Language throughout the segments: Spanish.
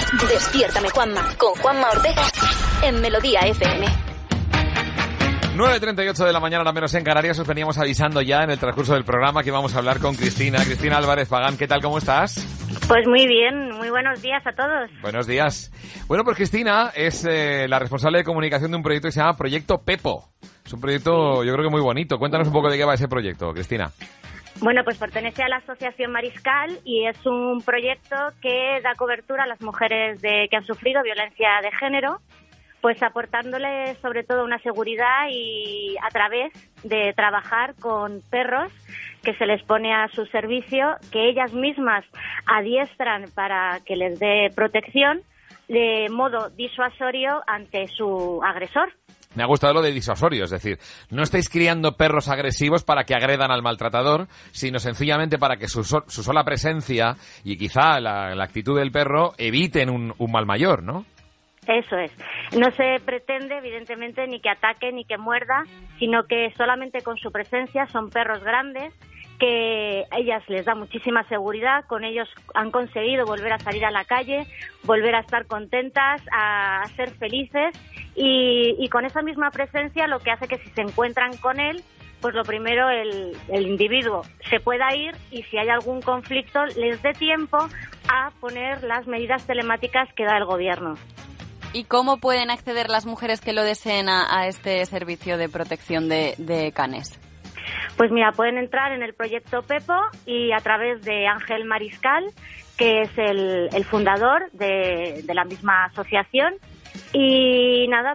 Despiértame, Juanma, con Juanma Ortega en Melodía FM. 9:38 de la mañana, ahora menos en Canarias. Os veníamos avisando ya en el transcurso del programa que íbamos a hablar con Cristina Álvarez Pagán. ¿Qué tal? ¿Cómo estás? Pues muy bien, muy buenos días a todos. Buenos días. Bueno, pues Cristina es la responsable de comunicación de un proyecto que se llama Proyecto Pepo. Es un proyecto, yo creo que muy bonito. Cuéntanos un poco de qué va ese proyecto, Cristina. Bueno, pues pertenece a la Asociación Mariscal y es un proyecto que da cobertura a las mujeres que han sufrido violencia de género, pues aportándoles sobre todo una seguridad y a través de trabajar con perros que se les pone a su servicio, que ellas mismas adiestran para que les dé protección de modo disuasorio ante su agresor. Me ha gustado lo de disuasorio, es decir, no estáis criando perros agresivos para que agredan al maltratador, sino sencillamente para que su sola presencia y quizá la actitud del perro eviten un mal mayor, ¿no? Eso es. No se pretende, evidentemente, ni que ataque ni que muerda, sino que solamente con su presencia son perros grandes que a ellas les da muchísima seguridad, con ellos han conseguido volver a salir a la calle, volver a estar contentas, a ser felices y con esa misma presencia lo que hace que si se encuentran con él, pues lo primero el individuo se pueda ir y si hay algún conflicto les dé tiempo a poner las medidas telemáticas que da el gobierno. ¿Y cómo pueden acceder las mujeres que lo deseen a este servicio de protección de canes? Pues mira, pueden entrar en el proyecto Pepo y a través de Ángel Mariscal, que es el fundador de la misma asociación. Y nada,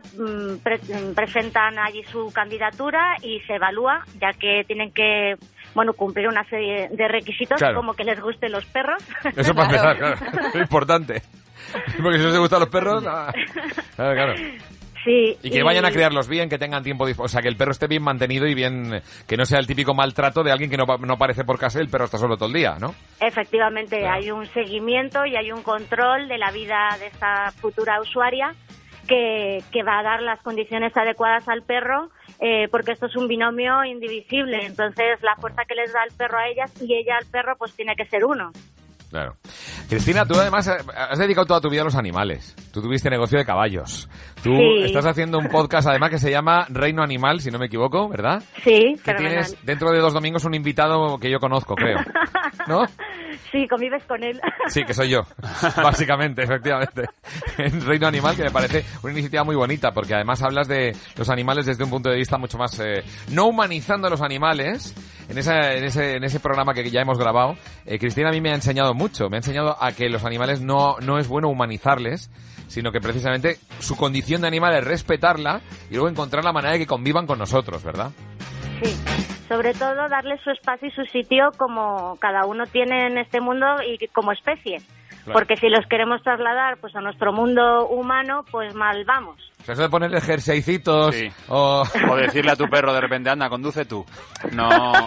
presentan allí su candidatura y se evalúa, ya que tienen que cumplir una serie de requisitos, claro, como que les gusten los perros. Eso para empezar, claro. Es importante. Porque si no les gustan los perros, claro. Sí, y que vayan a criarlos bien, que tengan tiempo, o sea, que el perro esté bien mantenido y bien, que no sea el típico maltrato de alguien que no aparece por casa y el perro está solo todo el día, ¿no? Efectivamente, claro. Hay un seguimiento y hay un control de la vida de esta futura usuaria que va a dar las condiciones adecuadas al perro, porque esto es un binomio indivisible, entonces la fuerza que les da el perro a ellas y ella al perro pues tiene que ser uno. Claro. Cristina, tú además has dedicado toda tu vida a los animales. Tú tuviste negocio de caballos. Tú estás haciendo un podcast además que se llama Reino Animal, si no me equivoco, ¿verdad? Sí, que tienes dentro de 2 domingos un invitado que yo conozco, creo. ¿No? Sí, convives con él. Sí, que soy yo, básicamente, efectivamente. En Reino Animal, que me parece una iniciativa muy bonita, porque además hablas de los animales desde un punto de vista mucho más... no humanizando a los animales. En ese programa que ya hemos grabado, Cristina a mí me ha enseñado mucho. Me ha enseñado a que los animales no es bueno humanizarles, sino que precisamente su condición de animal es respetarla y luego encontrar la manera de que convivan con nosotros, ¿verdad? Sí, sobre todo darles su espacio y su sitio como cada uno tiene en este mundo y como especie. Claro. Porque si los queremos trasladar pues a nuestro mundo humano, pues mal vamos. O sea, eso de ponerle jerseycitos o decirle a tu perro de repente, anda, conduce tú. No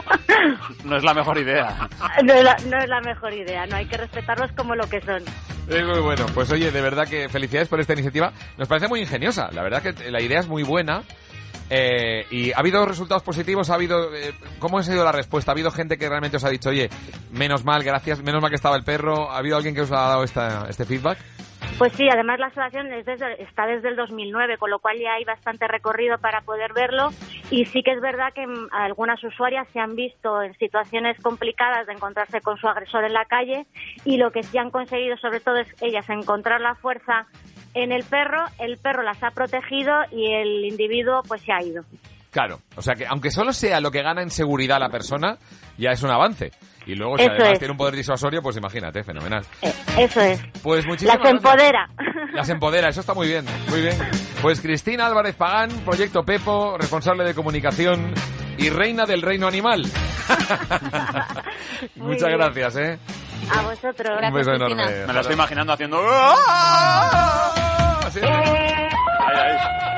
es la mejor idea. No es la mejor idea, no hay que respetarlos como lo que son. Es muy bueno. Pues oye, de verdad que felicidades por esta iniciativa. Nos parece muy ingeniosa. La verdad que la idea es muy buena. ¿Y ha habido resultados positivos? ¿Cómo ha sido la respuesta? ¿Ha habido gente que realmente os ha dicho, oye, menos mal, gracias, menos mal que estaba el perro? ¿Ha habido alguien que os ha dado este feedback? Pues sí, además la asociación está desde el 2009, con lo cual ya hay bastante recorrido para poder verlo y sí que es verdad que algunas usuarias se han visto en situaciones complicadas de encontrarse con su agresor en la calle y lo que sí han conseguido sobre todo es ellas encontrar la fuerza en el perro las ha protegido y el individuo pues se ha ido. Claro, o sea que aunque solo sea lo que gana en seguridad la persona, ya es un avance. Y luego, si además tiene un poder disuasorio, pues imagínate, fenomenal. Eso es. Pues muchísimas gracias. Empodera. Las empodera, eso está muy bien, muy bien. Pues Cristina Álvarez Pagán, Proyecto Pepo, responsable de comunicación y reina del reino animal. Muchas gracias, A vosotros. Gracias, un beso Cristina. enorme. Me la estoy imaginando haciendo... Así es.